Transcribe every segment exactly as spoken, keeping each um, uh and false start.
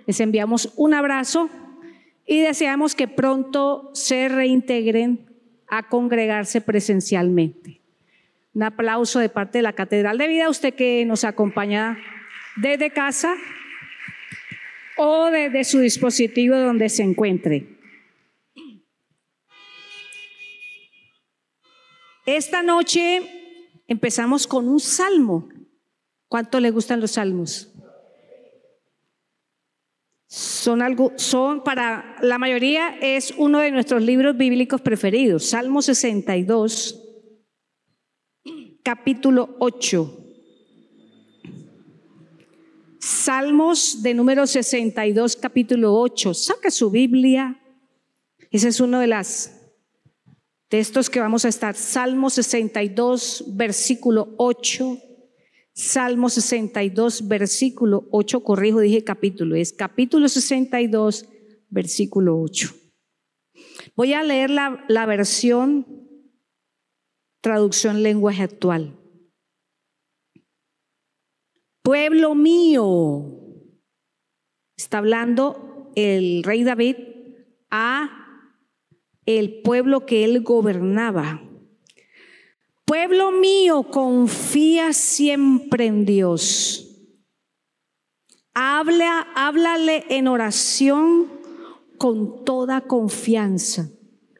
Les enviamos un abrazo y deseamos que pronto se reintegren a congregarse presencialmente. Un aplauso de parte de la Catedral de Vida, usted que nos acompaña desde casa o desde su dispositivo donde se encuentre. Esta noche empezamos con un salmo. ¿Cuánto le gustan los salmos? Son algo, son para la mayoría es uno de nuestros libros bíblicos preferidos. Salmo sesenta y dos, capítulo ocho. Salmos de número sesenta y dos, capítulo ocho. Saca su Biblia. Ese es uno de las de estos que vamos a estar. Salmo sesenta y dos, versículo ocho. Salmo sesenta y dos, versículo ocho. Corrijo, dije capítulo. Es capítulo sesenta y dos, versículo ocho. Voy a leer la, la versión traducción lenguaje actual. Pueblo mío, está hablando el rey David a el pueblo que él gobernaba. Pueblo mío, confía siempre en Dios. Habla, háblale en oración con toda confianza.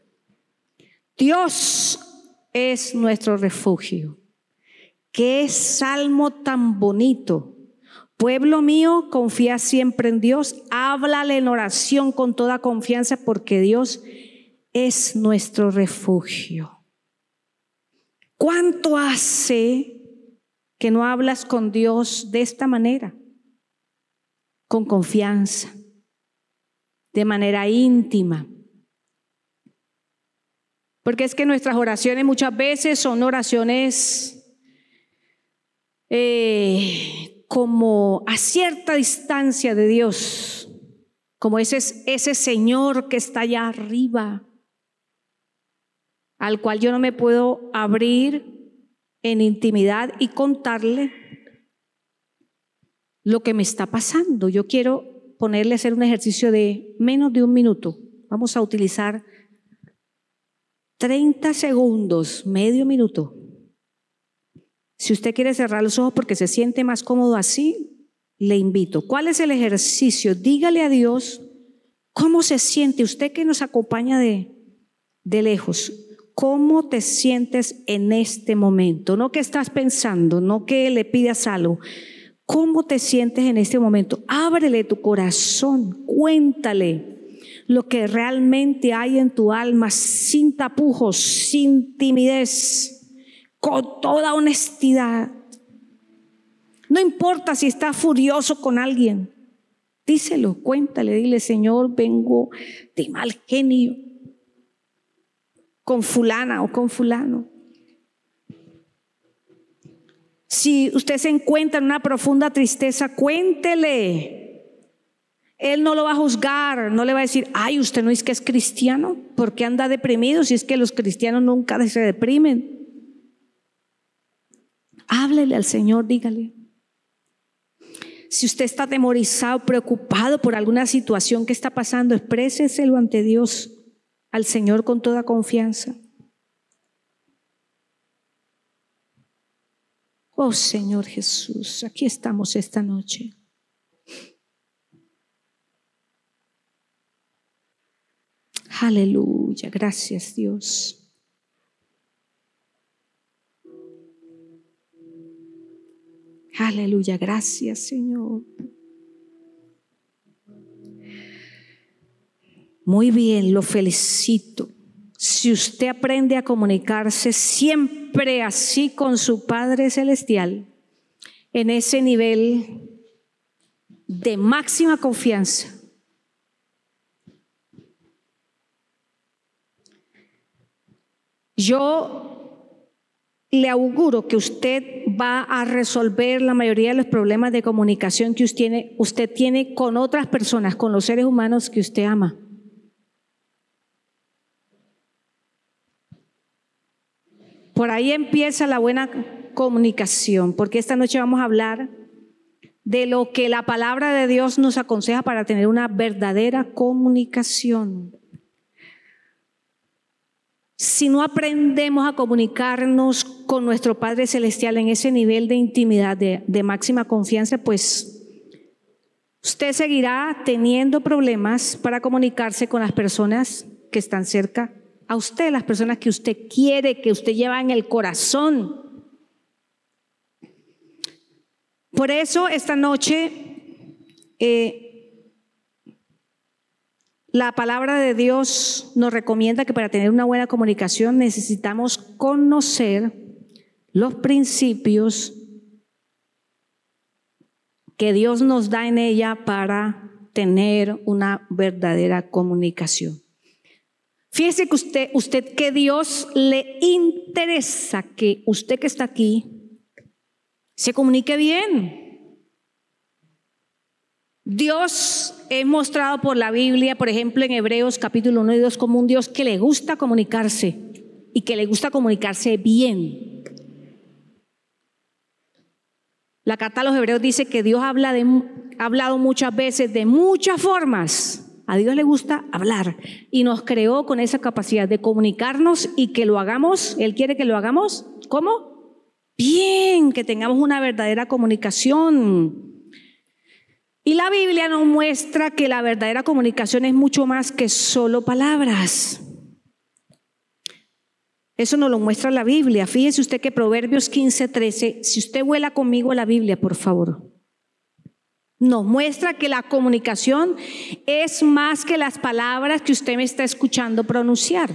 Dios es nuestro refugio. Qué salmo tan bonito. Pueblo mío, confía siempre en Dios. Háblale en oración con toda confianza porque Dios es nuestro refugio. ¿Cuánto hace que no hablas con Dios de esta manera? Con confianza, de manera íntima. Porque es que nuestras oraciones muchas veces son oraciones eh, como a cierta distancia de Dios, como ese, ese Señor que está allá arriba, al cual yo no me puedo abrir en intimidad y contarle lo que me está pasando. Yo quiero ponerle a hacer un ejercicio de menos de un minuto. Vamos a utilizar treinta segundos, medio minuto. Si usted quiere cerrar los ojos porque se siente más cómodo así, le invito. ¿Cuál es el ejercicio? Dígale a Dios cómo se siente. Usted que nos acompaña de, de lejos, ¿cómo te sientes en este momento? No que estás pensando, no que le pidas algo. ¿Cómo te sientes en este momento? Ábrele tu corazón, cuéntale lo que realmente hay en tu alma, sin tapujos, sin timidez, con toda honestidad. No importa si estás furioso con alguien, díselo, cuéntale, dile: Señor, vengo de mal genio con fulana o con fulano. Si usted se encuentra en una profunda tristeza, cuéntele. Él no lo va a juzgar, no le va a decir: ay, usted no es que es cristiano, ¿por qué anda deprimido? Si es que los cristianos nunca se deprimen. Háblele al Señor, dígale. Si usted está atemorizado, preocupado por alguna situación que está pasando, expréseselo ante Dios, al Señor, con toda confianza. Oh Señor Jesús, aquí estamos esta noche. Aleluya, gracias Dios. Aleluya, gracias Señor. Muy bien, lo felicito. Si usted aprende a comunicarse siempre así con su Padre Celestial, en ese nivel de máxima confianza, yo le auguro que usted va a resolver la mayoría de los problemas de comunicación que usted tiene, usted tiene con otras personas, con los seres humanos que usted ama. Por ahí empieza la buena comunicación, porque esta noche vamos a hablar de lo que la palabra de Dios nos aconseja para tener una verdadera comunicación. Si no aprendemos a comunicarnos con nuestro Padre Celestial en ese nivel de intimidad, de, de máxima confianza, pues usted seguirá teniendo problemas para comunicarse con las personas que están cerca a usted, las personas que usted quiere, que usted lleva en el corazón. Por eso esta noche eh, la palabra de Dios nos recomienda que para tener una buena comunicación necesitamos conocer los principios que Dios nos da en ella para tener una verdadera comunicación. Fíjese que usted, usted que Dios le interesa que usted que está aquí se comunique bien. Dios es mostrado por la Biblia, por ejemplo, en Hebreos capítulo uno y dos, como un Dios que le gusta comunicarse y que le gusta comunicarse bien. La carta a los Hebreos dice que Dios habla de, ha hablado muchas veces de muchas formas. A Dios le gusta hablar y nos creó con esa capacidad de comunicarnos y que lo hagamos. Él quiere que lo hagamos, ¿cómo? Bien, que tengamos una verdadera comunicación. Y la Biblia nos muestra que la verdadera comunicación es mucho más que solo palabras. Eso nos lo muestra la Biblia. Fíjese usted que Proverbios quince, trece, si usted vuela conmigo a la Biblia, por favor, nos muestra que la comunicación es más que las palabras que usted me está escuchando pronunciar.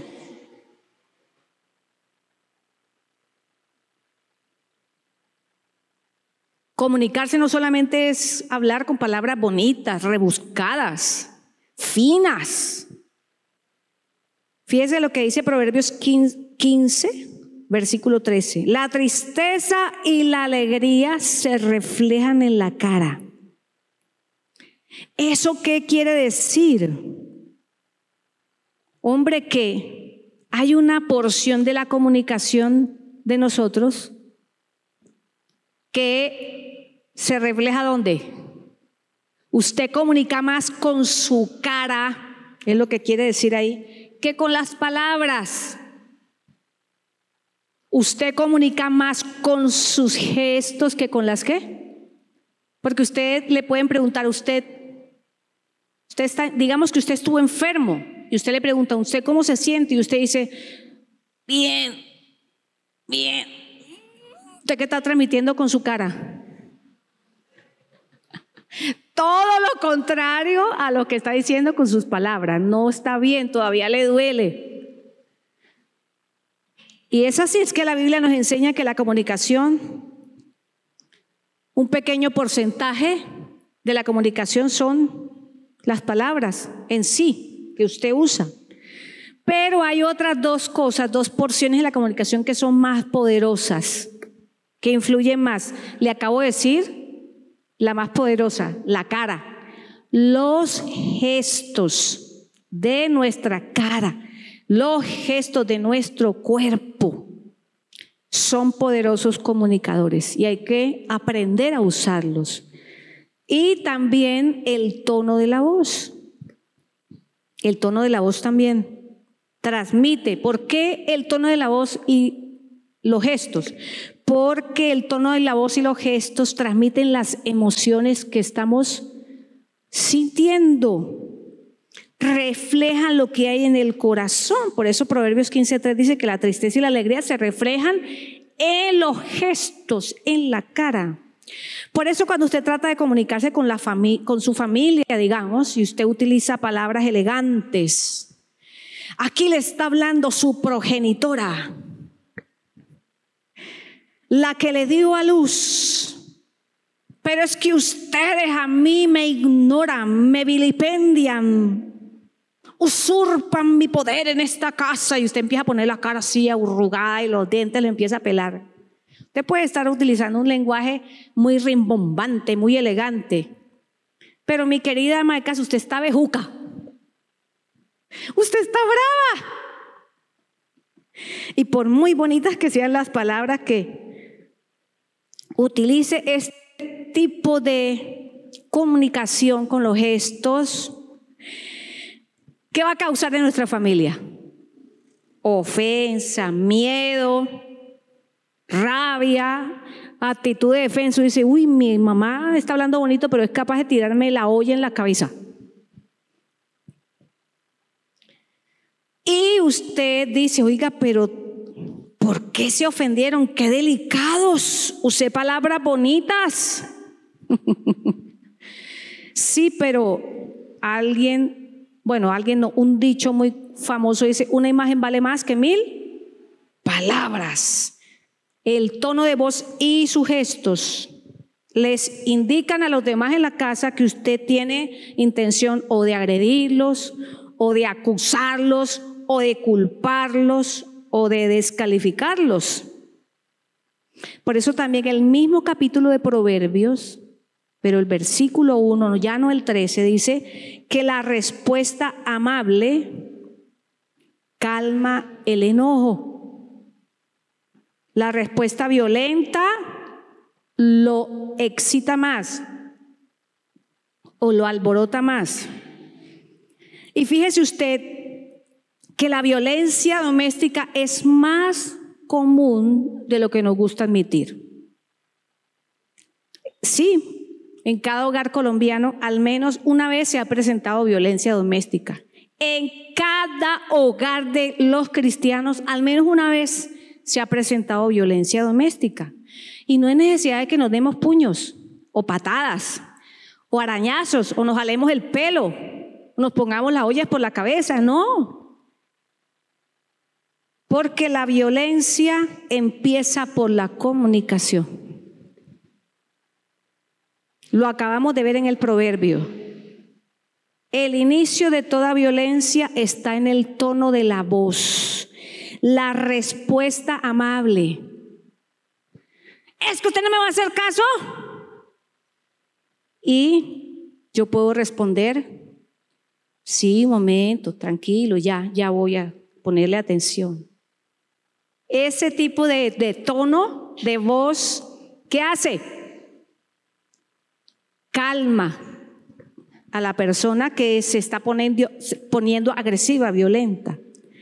Comunicarse no solamente es hablar con palabras bonitas, rebuscadas, finas. Fíjese lo que dice Proverbios quince, versículo trece. La tristeza y la alegría se reflejan en la cara. ¿Eso qué quiere decir? Hombre, que hay una porción de la comunicación de nosotros que se refleja ¿dónde? Usted comunica más con su cara, es lo que quiere decir ahí, que con las palabras. Usted comunica más con sus gestos que con las ¿qué? Porque usted le pueden preguntar a usted, usted está, digamos que usted estuvo enfermo y usted le pregunta, ¿usted cómo se siente? Y usted dice, bien, bien. ¿Usted qué está transmitiendo con su cara? Todo lo contrario a lo que está diciendo con sus palabras. No está bien, todavía le duele. Y es así, es que la Biblia nos enseña que la comunicación, un pequeño porcentaje de la comunicación son las palabras en sí que usted usa. Pero hay otras dos cosas, dos porciones de la comunicación que son más poderosas, que influyen más. Le acabo de decir la más poderosa, la cara. Los gestos de nuestra cara, los gestos de nuestro cuerpo son poderosos comunicadores y hay que aprender a usarlos. Y también el tono de la voz. El tono de la voz también transmite. ¿Por qué el tono de la voz y los gestos? Porque el tono de la voz y los gestos transmiten las emociones que estamos sintiendo, reflejan lo que hay en el corazón. Por eso Proverbios quince, tres dice que la tristeza y la alegría se reflejan en los gestos, en la cara. Por eso cuando usted trata de comunicarse con, la fami- con su familia, digamos, y usted utiliza palabras elegantes, aquí le está hablando su progenitora, la que le dio a luz. Pero es que ustedes a mí me ignoran, me vilipendian, usurpan mi poder en esta casa. Y usted empieza a poner la cara así arrugada y los dientes le empieza a pelar. Usted puede estar utilizando un lenguaje muy rimbombante, muy elegante, pero mi querida ama de casa, usted está bejuca, usted está brava. Y por muy bonitas que sean las palabras que utilice, este tipo de comunicación con los gestos, ¿qué va a causar en nuestra familia? Ofensa, miedo, rabia, actitud de defensa. Dice, uy, mi mamá está hablando bonito, pero es capaz de tirarme la olla en la cabeza. Y usted dice, oiga, pero ¿por qué se ofendieron? ¡Qué delicados! Usé palabras bonitas. Sí, pero alguien, bueno, alguien no, un dicho muy famoso dice, una imagen vale más que mil palabras. El tono de voz y sus gestos les indican a los demás en la casa que usted tiene intención o de agredirlos, o de acusarlos, o de culparlos, o de descalificarlos. Por eso también el mismo capítulo de Proverbios, pero el versículo uno, ya no el trece, dice que la respuesta amable calma el enojo. La respuesta violenta lo excita más o lo alborota más. Y fíjese usted que la violencia doméstica es más común de lo que nos gusta admitir. Sí, en cada hogar colombiano al menos una vez se ha presentado violencia doméstica. En cada hogar de los cristianos al menos una vez se ha presentado violencia doméstica. Y no hay necesidad de que nos demos puños o patadas o arañazos o nos jalemos el pelo o nos pongamos las ollas por la cabeza, no. Porque la violencia empieza por la comunicación. Lo acabamos de ver en el proverbio. El inicio de toda violencia está en el tono de la voz, la respuesta amable. ¿Es que usted no me va a hacer caso? Y yo puedo responder, sí, un momento, tranquilo, ya, ya voy a ponerle atención. Ese tipo de, de tono de voz, ¿qué hace? Calma a la persona que se está poniendo, poniendo agresiva, violenta.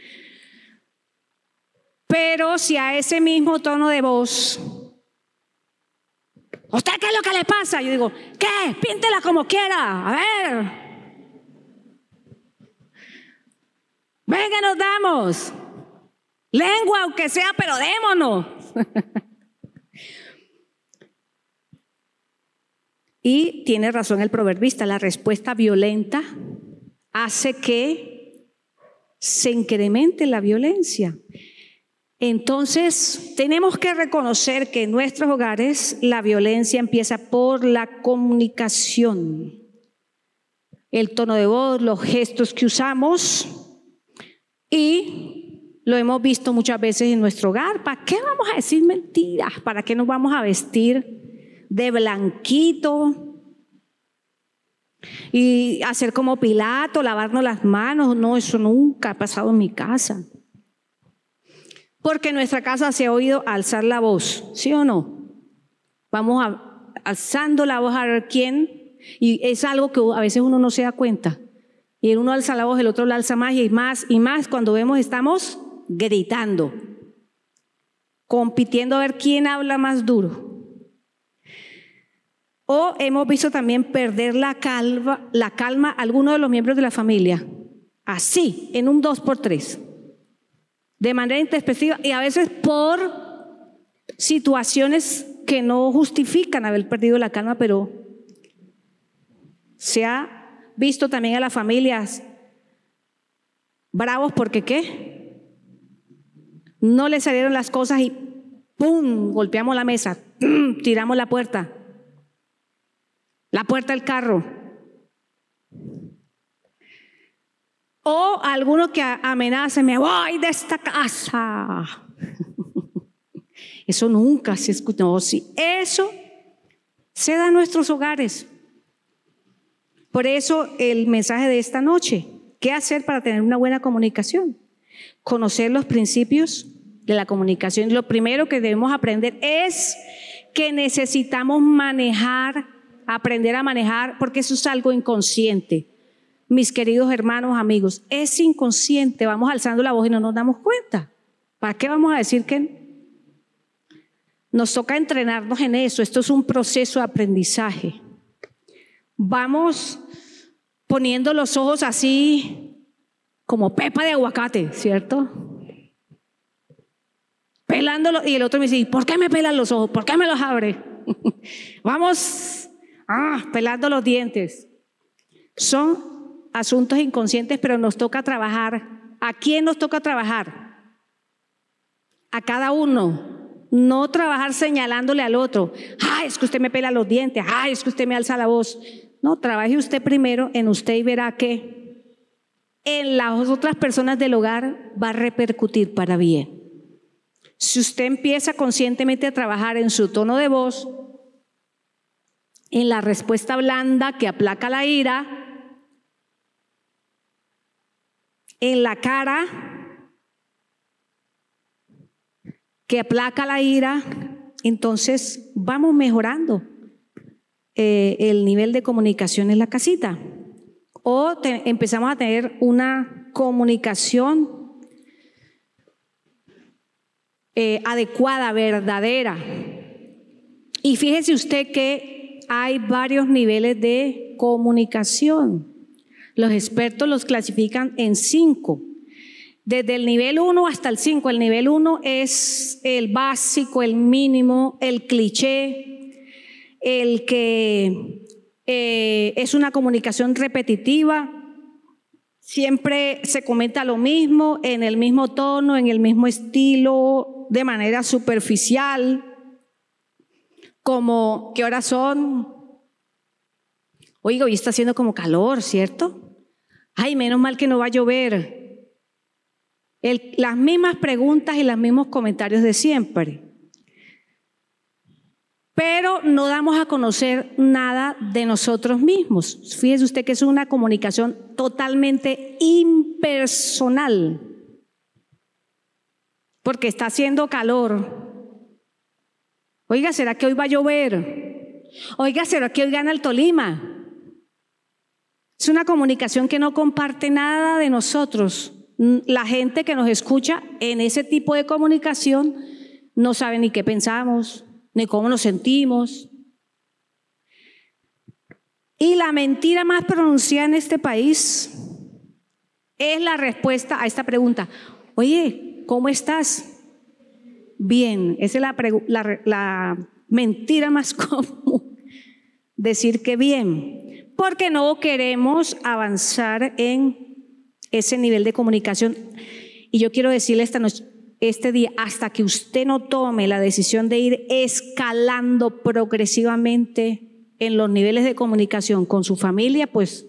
Pero si a ese mismo tono de voz, ¿usted qué es lo que le pasa? Yo digo, ¿qué? Píntela como quiera, a ver. Venga, nos damos. Lengua, aunque sea, pero démonos. Y tiene razón el proverbista, la respuesta violenta hace que se incremente la violencia. Entonces, tenemos que reconocer que en nuestros hogares la violencia empieza por la comunicación. El tono de voz, los gestos que usamos, y lo hemos visto muchas veces en nuestro hogar. ¿Para qué vamos a decir mentiras? ¿Para qué nos vamos a vestir de blanquito y hacer como Pilato, lavarnos las manos? No, eso nunca ha pasado en mi casa. Porque en nuestra casa se ha oído alzar la voz, ¿sí o no? Vamos a, alzando la voz a ver quién, y es algo que a veces uno no se da cuenta. Y el uno alza la voz, el otro la alza más y más y más. Cuando vemos estamos gritando, compitiendo a ver quién habla más duro. O hemos visto también perder la calma, la calma a alguno de los miembros de la familia, así, en un dos por tres, de manera introspectiva y a veces por situaciones que no justifican haber perdido la calma, pero se ha visto también a las familias bravos porque ¿qué? No le salieron las cosas y ¡pum! Golpeamos la mesa, ¡pum! Tiramos la puerta, la puerta del carro. O alguno que amenaza, me voy de esta casa. Eso nunca se escucha. No, sí, eso se da en nuestros hogares. Por eso el mensaje de esta noche, ¿qué hacer para tener una buena comunicación? Conocer los principios de la comunicación. Lo primero que debemos aprender es que necesitamos manejar, aprender a manejar, porque eso es algo inconsciente. Mis queridos hermanos, amigos, es inconsciente, vamos alzando la voz y no nos damos cuenta. ¿Para qué vamos a decir que nos toca entrenarnos en eso? Esto es un proceso de aprendizaje. Vamos poniendo los ojos así como pepa de aguacate, ¿cierto? Pelándolo, y el otro me dice, ¿por qué me pelan los ojos? ¿Por qué me los abre? Vamos ah, pelando los dientes. Son asuntos inconscientes, pero nos toca trabajar. ¿A quién nos toca trabajar? A cada uno. No trabajar señalándole al otro. Ay, es que usted me pela los dientes. Ay, es que usted me alza la voz. No, trabaje usted primero en usted y verá que en las otras personas del hogar va a repercutir para bien. Si usted empieza conscientemente a trabajar en su tono de voz, en la respuesta blanda que aplaca la ira, en la cara que aplaca la ira, entonces vamos mejorando eh, el nivel de comunicación en la casita. O te, empezamos a tener una comunicación Eh, adecuada, verdadera. Y fíjese usted que hay varios niveles de comunicación. Los expertos los clasifican en cinco. Desde el nivel uno hasta el cinco. El nivel uno es el básico, el mínimo, el cliché, el que eh, es una comunicación repetitiva. Siempre se comenta lo mismo, en el mismo tono, en el mismo estilo, de manera superficial, como ¿qué horas son? Oiga, hoy está haciendo como calor, ¿cierto? Ay, menos mal que no va a llover. El, las mismas preguntas y los mismos comentarios de siempre. Pero no damos a conocer nada de nosotros mismos. Fíjese usted que es una comunicación totalmente impersonal, porque está haciendo calor. Oiga, ¿será que hoy va a llover? Oiga, ¿será que hoy gana el Tolima? Es una comunicación que no comparte nada de nosotros. La gente que nos escucha en ese tipo de comunicación no sabe ni qué pensamos, ni cómo nos sentimos. Y la mentira más pronunciada en este país es la respuesta a esta pregunta. Oye, ¿cómo estás? Bien, esa es la, la, la mentira más común, decir que bien, porque no queremos avanzar en ese nivel de comunicación. Y yo quiero decirle esta noche, este día, hasta que usted no tome la decisión de ir escalando progresivamente en los niveles de comunicación con su familia, pues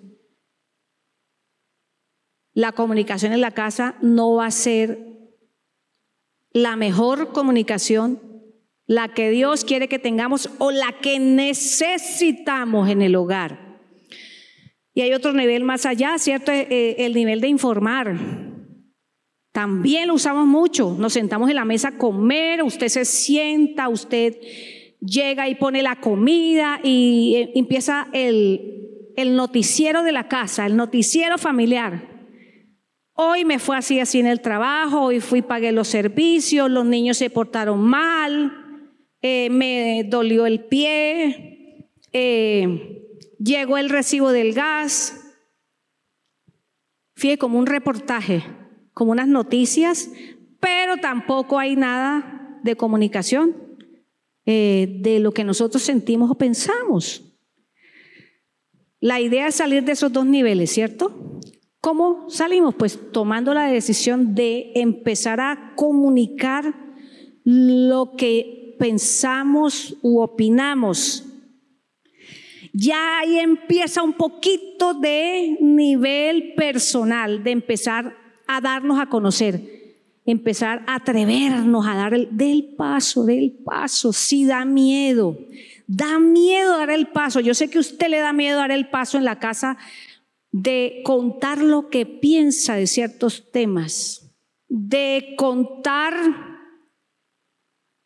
la comunicación en la casa no va a ser la mejor comunicación, la que Dios quiere que tengamos o la que necesitamos en el hogar. Y hay otro nivel más allá, ¿cierto? El nivel de informar. También lo usamos mucho. Nos sentamos en la mesa a comer, usted se sienta, usted llega y pone la comida y empieza el, el noticiero de la casa, el noticiero familiar. Hoy me fue así, así en el trabajo, hoy fui, pagué los servicios, los niños se portaron mal, eh, me dolió el pie, eh, llegó el recibo del gas. Fíjate, como un reportaje, como unas noticias, pero tampoco hay nada de comunicación eh, de lo que nosotros sentimos o pensamos. La idea es salir de esos dos niveles, ¿cierto? ¿Cómo salimos? Pues tomando la decisión de empezar a comunicar lo que pensamos u opinamos. Ya ahí empieza un poquito de nivel personal, de empezar a darnos a conocer, empezar a atrevernos a dar el del paso, del paso. Sí, da miedo, da miedo dar el paso. Yo sé que a usted le da miedo dar el paso en la casa, de contar lo que piensa de ciertos temas, de contar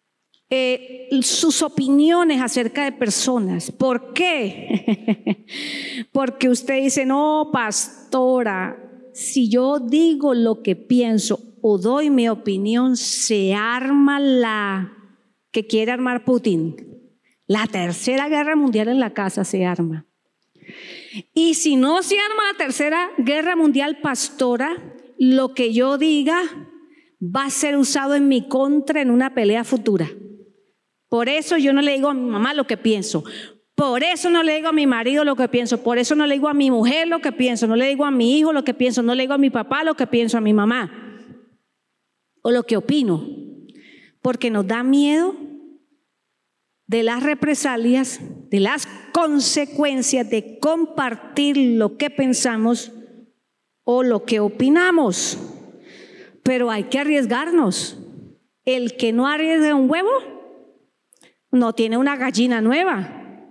eh, sus opiniones acerca de personas. ¿Por qué? Porque usted dice, no, pastora, si yo digo lo que pienso o doy mi opinión, se arma la que quiere armar Putin. La tercera guerra mundial en la casa se arma. Y si no se arma la tercera guerra mundial, pastora, lo que yo diga va a ser usado en mi contra en una pelea futura. Por eso yo no le digo a mi mamá lo que pienso. Por eso no le digo a mi marido lo que pienso. Por eso no le digo a mi mujer lo que pienso. No le digo a mi hijo lo que pienso. No le digo a mi papá lo que pienso, a mi mamá. O lo que opino. Porque nos da miedo de las represalias, de las consecuencias de compartir lo que pensamos o lo que opinamos. Pero hay que arriesgarnos. El que no arriesga un huevo no tiene una gallina nueva.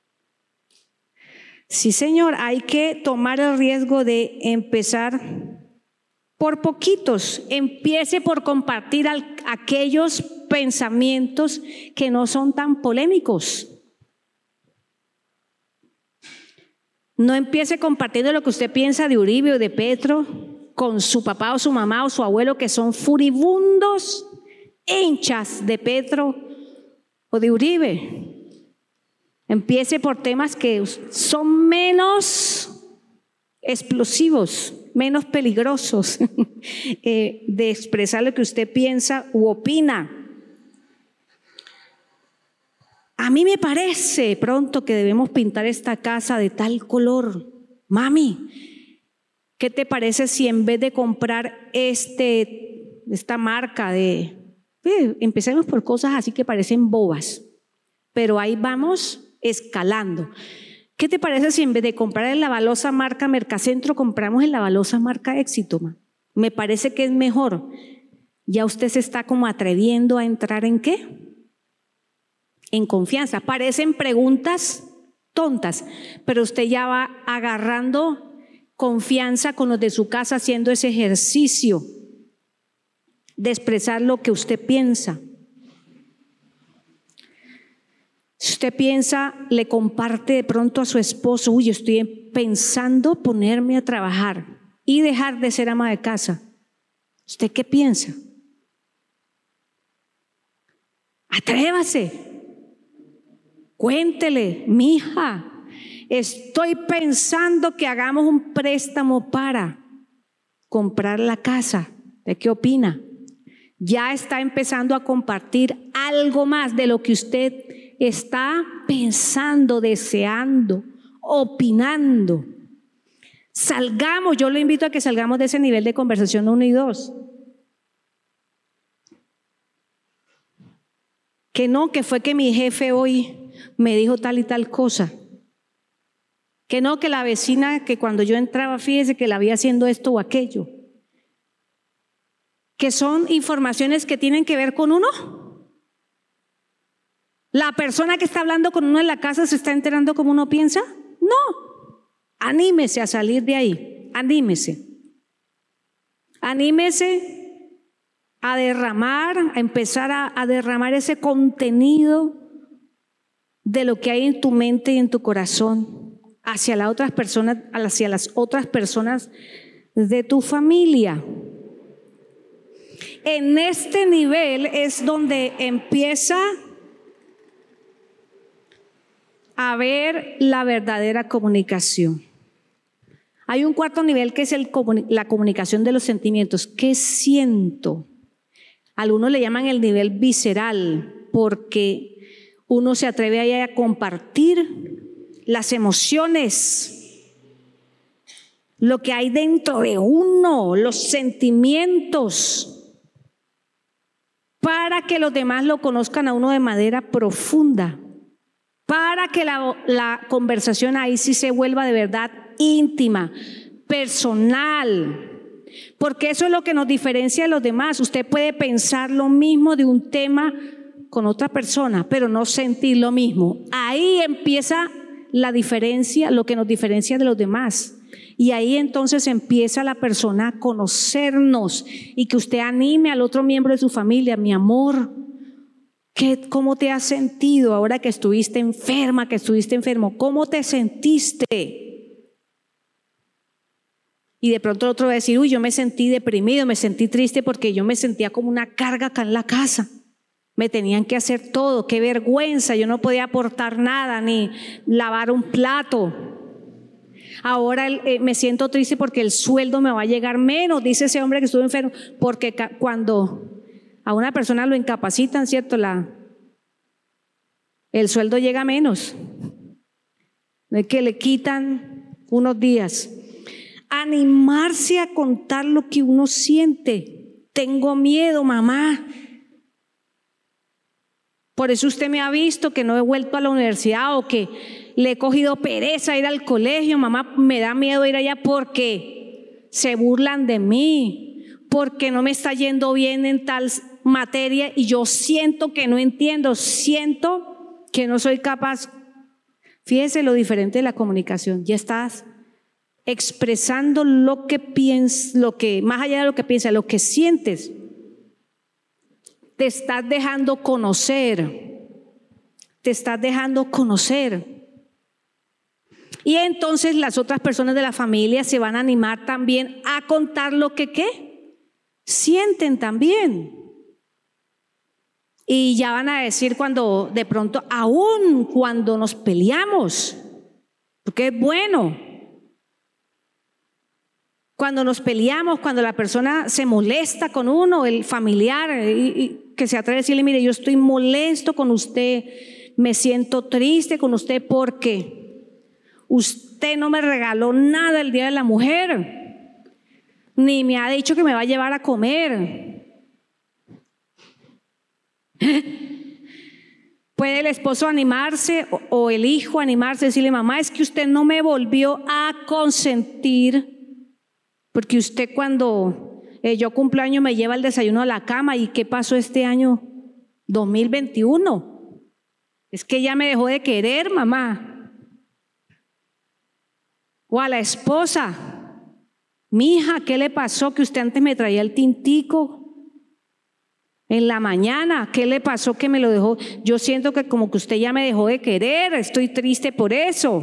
Sí, señor, hay que tomar el riesgo de empezar por poquitos. Empiece por compartir al, aquellos pensamientos que no son tan polémicos. No empiece compartiendo lo que usted piensa de Uribe o de Petro con su papá o su mamá o su abuelo, que son furibundos hinchas de Petro o de Uribe. Empiece por temas que son menos explosivos, menos peligrosos eh, de expresar lo que usted piensa u opina. A mí me parece pronto que debemos pintar esta casa de tal color. Mami, ¿qué te parece si en vez de comprar este, esta marca de... Eh, empecemos por cosas así que parecen bobas, pero ahí vamos escalando. ¿Qué te parece si en vez de comprar en la valiosa marca Mercacentro, compramos en la valiosa marca Éxito? Ma? Me parece que es mejor. Ya usted se está como atreviendo a entrar ¿en qué? En confianza. Parecen preguntas tontas, pero usted ya va agarrando confianza con los de su casa, haciendo ese ejercicio de expresar lo que usted piensa. Si usted piensa, le comparte de pronto a su esposo, uy, yo estoy pensando ponerme a trabajar y dejar de ser ama de casa. ¿Usted qué piensa? Atrévase. Cuéntele, mija, estoy pensando que hagamos un préstamo para comprar la casa. ¿De qué opina? Ya está empezando a compartir algo más de lo que usted está pensando, deseando, opinando. Salgamos, yo lo invito a que salgamos de ese nivel de conversación uno y dos. Que no, que fue que mi jefe hoy me dijo tal y tal cosa. Que no, que la vecina que cuando yo entraba, fíjese que la había haciendo esto o aquello. Que son informaciones que tienen que ver con uno. ¿La persona que está hablando con uno en la casa se está enterando como uno piensa? No. Anímese a salir de ahí. Anímese. Anímese a derramar, a empezar a, a derramar ese contenido de lo que hay en tu mente y en tu corazón hacia las otras personas, hacia las otras personas de tu familia. En este nivel es donde empieza a ver la verdadera comunicación. Hay un cuarto nivel que es el, la comunicación de los sentimientos. ¿Qué siento? Algunos le llaman el nivel visceral, porque uno se atreve ahí a compartir las emociones, lo que hay dentro de uno, los sentimientos, para que los demás lo conozcan a uno de manera profunda, para que la, la conversación ahí sí se vuelva de verdad íntima, personal, porque eso es lo que nos diferencia de los demás. Usted puede pensar lo mismo de un tema con otra persona, pero no sentir lo mismo. Ahí empieza la diferencia, lo que nos diferencia de los demás. Y ahí entonces empieza la persona a conocernos y que usted anime al otro miembro de su familia. Mi amor, ¿Qué, ¿Cómo te has sentido ahora que estuviste enferma, que estuviste enfermo? ¿Cómo te sentiste? Y de pronto el otro va a decir, uy, yo me sentí deprimido, me sentí triste porque yo me sentía como una carga acá en la casa. Me tenían que hacer todo, qué vergüenza, yo no podía aportar nada, ni lavar un plato. Ahora eh, me siento triste porque el sueldo me va a llegar menos, dice ese hombre que estuvo enfermo, porque ca- cuando a una persona lo incapacitan, ¿cierto? La, el sueldo llega menos, de que le quitan unos días. Animarse a contar lo que uno siente. Tengo miedo, mamá. Por eso usted me ha visto que no he vuelto a la universidad o que le he cogido pereza a ir al colegio. Mamá, me da miedo ir allá porque se burlan de mí, porque no me está yendo bien en tal materia y yo siento que no entiendo, siento que no soy capaz. Fíjese lo diferente de la comunicación. Ya estás expresando lo que piensas, lo que más allá de lo que piensas, lo que sientes. Te estás dejando conocer, te estás dejando conocer. Y entonces las otras personas de la familia se van a animar también a contar lo que ¿qué? Sienten también. Y ya van a decir cuando de pronto, aún cuando nos peleamos, porque es bueno. Cuando nos peleamos, cuando la persona se molesta con uno, el familiar, y, y que se atreve a decirle, mire, yo estoy molesto con usted, me siento triste con usted porque usted no me regaló nada el Día de la Mujer, ni me ha dicho que me va a llevar a comer. Puede el esposo animarse o, o el hijo animarse, decirle, mamá, es que usted no me volvió a consentir. Porque usted cuando eh, yo cumplo año me lleva el desayuno a la cama. ¿Y qué pasó este año dos mil veintiuno? Es que ya me dejó de querer, mamá. O a la esposa, mija, ¿qué le pasó? Que usted antes me traía el tintico en la mañana. ¿Qué le pasó que me lo dejó? Yo siento que como que usted ya me dejó de querer, estoy triste por eso.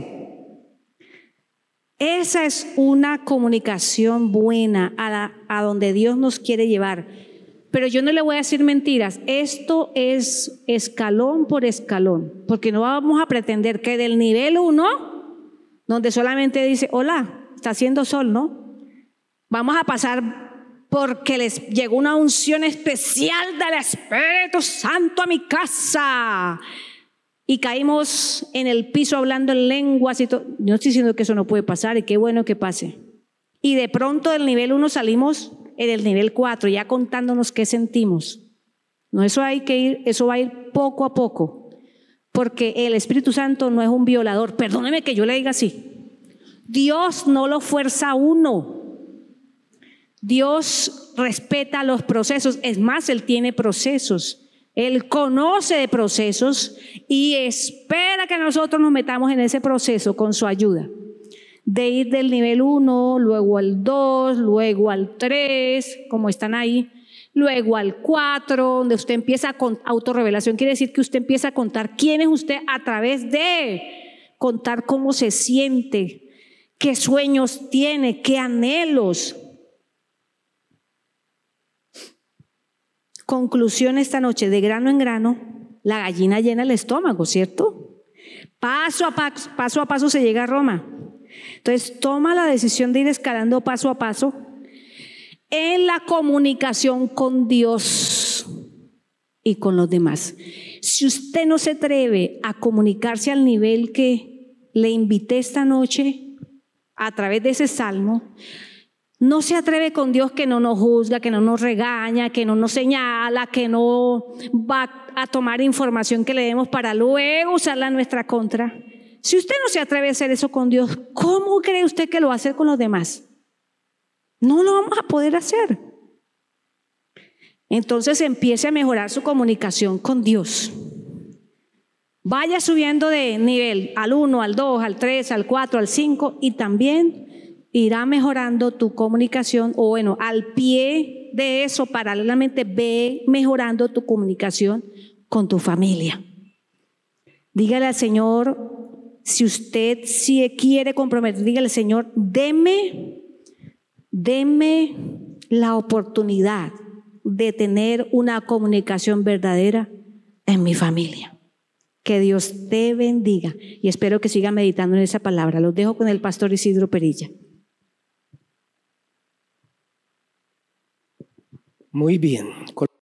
Esa es una comunicación buena a, la, a donde Dios nos quiere llevar. Pero yo no le voy a decir mentiras. Esto es escalón por escalón, porque no vamos a pretender que del nivel uno, donde solamente dice, hola, está haciendo sol, ¿no? Vamos a pasar porque les llegó una unción especial del Espíritu Santo a mi casa. Y caímos en el piso hablando en lenguas y todo. Yo no estoy diciendo que eso no puede pasar y qué bueno que pase. Y de pronto del nivel uno salimos en el nivel cuatro, ya contándonos qué sentimos. No, eso hay que ir, eso va a ir poco a poco. Porque el Espíritu Santo no es un violador. Perdóneme que yo le diga así. Dios no lo fuerza a uno. Dios respeta los procesos. Es más, Él tiene procesos. Él conoce de procesos y espera que nosotros nos metamos en ese proceso con su ayuda. De ir del nivel uno, luego al dos, luego al tres, como están ahí, luego al cuatro, donde usted empieza con autorrevelación. Quiere decir que usted empieza a contar quién es usted a través de contar cómo se siente, qué sueños tiene, qué anhelos. Conclusión esta noche, de grano en grano, la gallina llena el estómago, ¿cierto? Paso a paso, paso a paso se llega a Roma. Entonces toma la decisión de ir escalando paso a paso en la comunicación con Dios y con los demás. Si usted no se atreve a comunicarse al nivel que le invité esta noche a través de ese salmo, no se atreve con Dios, que no nos juzga, que no nos regaña, que no nos señala, que no va a tomar información que le demos para luego usarla en nuestra contra. Si usted no se atreve a hacer eso con Dios, ¿cómo cree usted que lo va a hacer con los demás? No lo vamos a poder hacer. Entonces empiece a mejorar su comunicación con Dios. Vaya subiendo de nivel al uno, al dos, al tres, al cuatro, al cinco y también irá mejorando tu comunicación, o bueno, al pie de eso, paralelamente ve mejorando tu comunicación con tu familia. Dígale al Señor, si usted si quiere comprometer, dígale, Señor, deme, deme la oportunidad de tener una comunicación verdadera en mi familia. Que Dios te bendiga y espero que siga meditando en esa palabra. Los dejo con el pastor Isidro Perilla. Muy bien.